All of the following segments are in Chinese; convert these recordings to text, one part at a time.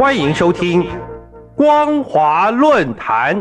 欢迎收听光华论坛。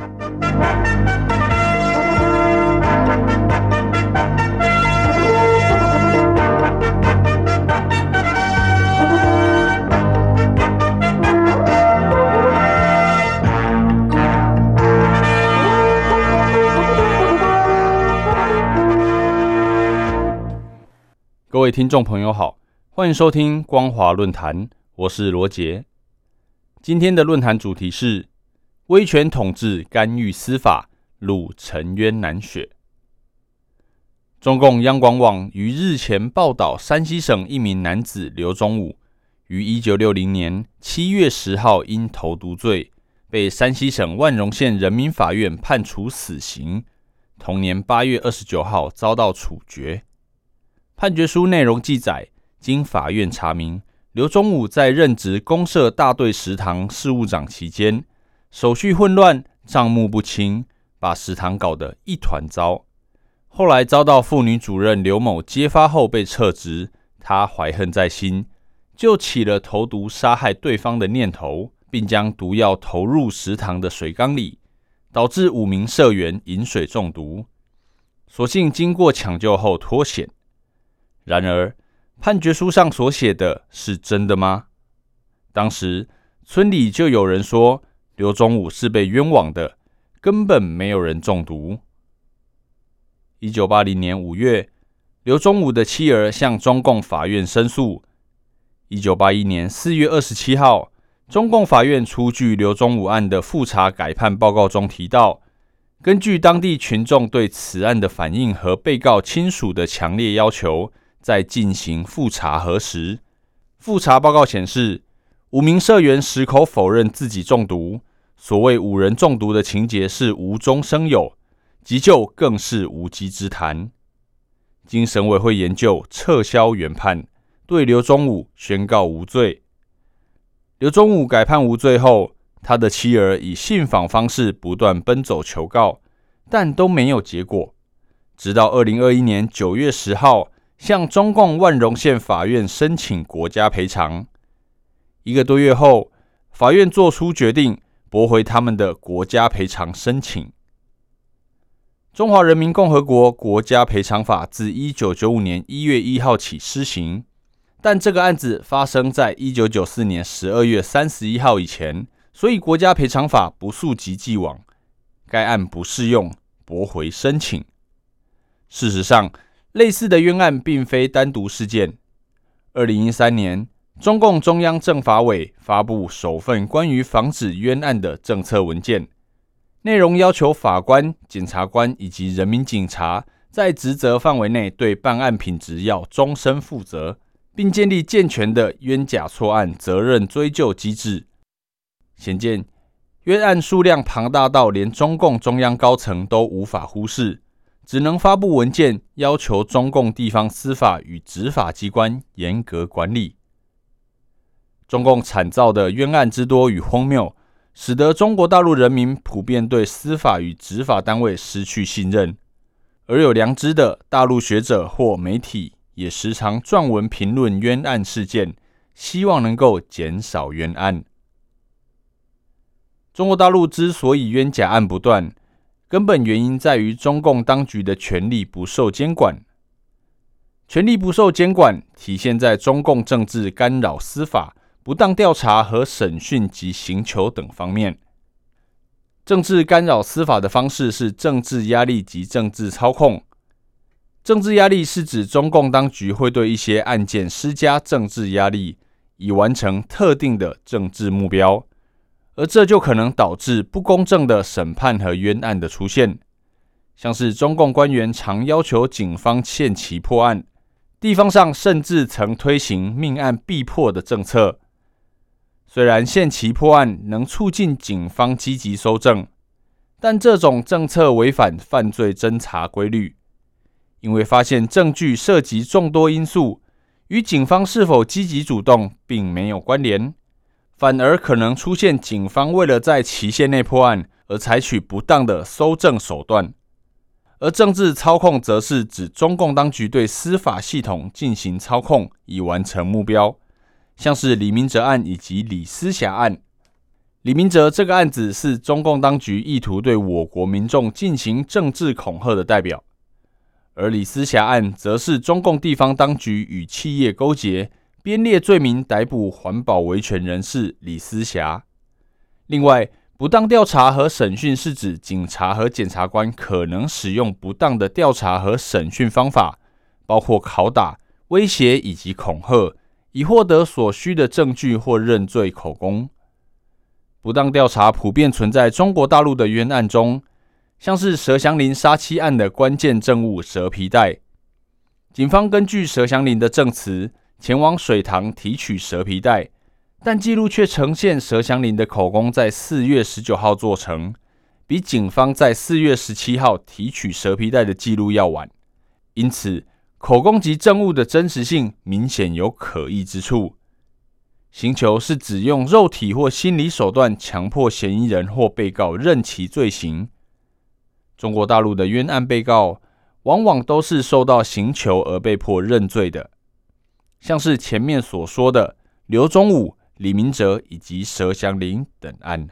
各位听众朋友好，欢迎收听光华论坛，我是罗杰。今天的论坛主题是威权统治干预司法，辱沉冤难雪。中共央广网于日前报道，山西省一名男子刘忠武于1960年7月10号因投毒罪被山西省万荣县人民法院判处死刑，同年8月29号遭到处决。判决书内容记载，经法院查明，刘忠武在任职公社大队食堂事务长期间，手续混乱，账目不清，把食堂搞得一团糟。后来遭到妇女主任刘某揭发后被撤职，他怀恨在心，就起了投毒杀害对方的念头，并将毒药投入食堂的水缸里，导致5名社员饮水中毒。所幸经过抢救后脱险。然而，判决书上所写的是真的吗？当时村里就有人说，刘忠武是被冤枉的，根本没有人中毒。1980年5月，刘忠武的妻儿向中共法院申诉。1981年4月27号，中共法院出具刘忠武案的复查改判报告中提到，根据当地群众对此案的反应和被告亲属的强烈要求，在进行复查核实。复查报告显示，5名社员矢口否认自己中毒，所谓5人中毒的情节是无中生有，急救更是无稽之谈。经审委会研究，撤销原判，对刘忠武宣告无罪。刘忠武改判无罪后，他的妻儿以信访方式不断奔走求告，但都没有结果。直到2021年9月10号，向中共万荣县法院申请国家赔偿。1个多月后，法院作出决定，驳回他们的国家赔偿申请。中华人民共和国国家赔偿法自1995年1月1号起施行，但这个案子发生在1994年12月31号以前，所以国家赔偿法不溯及既往，该案不适用，驳回申请。事实上，类似的冤案并非单独事件。2013年，中共中央政法委发布首份关于防止冤案的政策文件，内容要求法官、检察官以及人民警察在职责范围内对办案品质要终身负责，并建立健全的冤假错案责任追究机制。显见，冤案数量庞大到连中共中央高层都无法忽视，只能发布文件，要求中共地方司法与执法机关严格管理。中共惨造的冤案之多与荒谬，使得中国大陆人民普遍对司法与执法单位失去信任，而有良知的大陆学者或媒体也时常撰文评论冤案事件，希望能够减少冤案。中国大陆之所以冤假案不断，根本原因在于中共当局的权力不受监管。权力不受监管，体现在中共政治干扰司法、不当调查和审讯及刑求等方面。政治干扰司法的方式是政治压力及政治操控。政治压力是指中共当局会对一些案件施加政治压力，以完成特定的政治目标。而这就可能导致不公正的审判和冤案的出现，像是中共官员常要求警方限期破案，地方上甚至曾推行命案必破的政策。虽然限期破案能促进警方积极搜证，但这种政策违反犯罪侦查规律，因为发现证据涉及众多因素，与警方是否积极主动并没有关联。反而可能出现警方为了在期限内破案而采取不当的搜证手段，而政治操控则是指中共当局对司法系统进行操控以完成目标， 像是李明哲案以及李思霞案。李明哲这个案子是中共当局意图对我国民众进行政治恐吓的代表，而李思霞案则是中共地方当局与企业勾结，编列罪名逮捕环保维权人士李思霞。另外，不当调查和审讯是指警察和检察官可能使用不当的调查和审讯方法，包括拷打、威胁以及恐吓，以获得所需的证据或认罪口供。不当调查普遍存在中国大陆的冤案中，像是佘祥林杀妻案的关键证物蛇皮袋，警方根据佘祥林的证词前往水塘提取蛇皮袋，但记录却呈现佘祥林的口供在4月19号做成，比警方在4月17号提取蛇皮袋的记录要晚，因此口供及证物的真实性明显有可疑之处。刑求是指用肉体或心理手段强迫嫌疑人或被告认其罪行。中国大陆的冤案被告往往都是受到刑求而被迫认罪的，像是前面所说的刘宗武、李明哲以及佘祥林等案。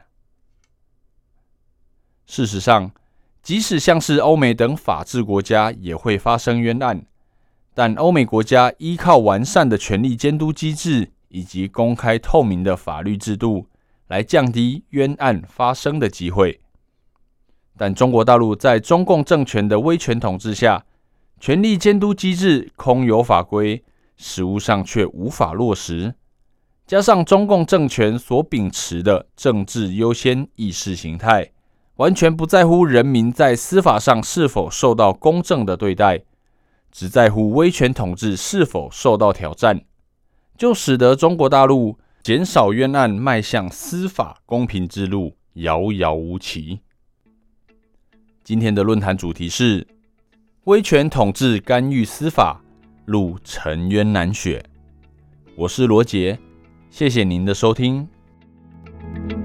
事实上，即使像是欧美等法治国家也会发生冤案，但欧美国家依靠完善的权力监督机制以及公开透明的法律制度来降低冤案发生的机会。但中国大陆在中共政权的威权统治下，权力监督机制空有法规，实务上却无法落实，加上中共政权所秉持的政治优先意识形态，完全不在乎人民在司法上是否受到公正的对待，只在乎威权统治是否受到挑战，就使得中国大陆减少冤案迈向司法公平之路遥遥无期。今天的论坛主题是威权统治干预司法，路沉冤难雪。我是罗杰，谢谢您的收听。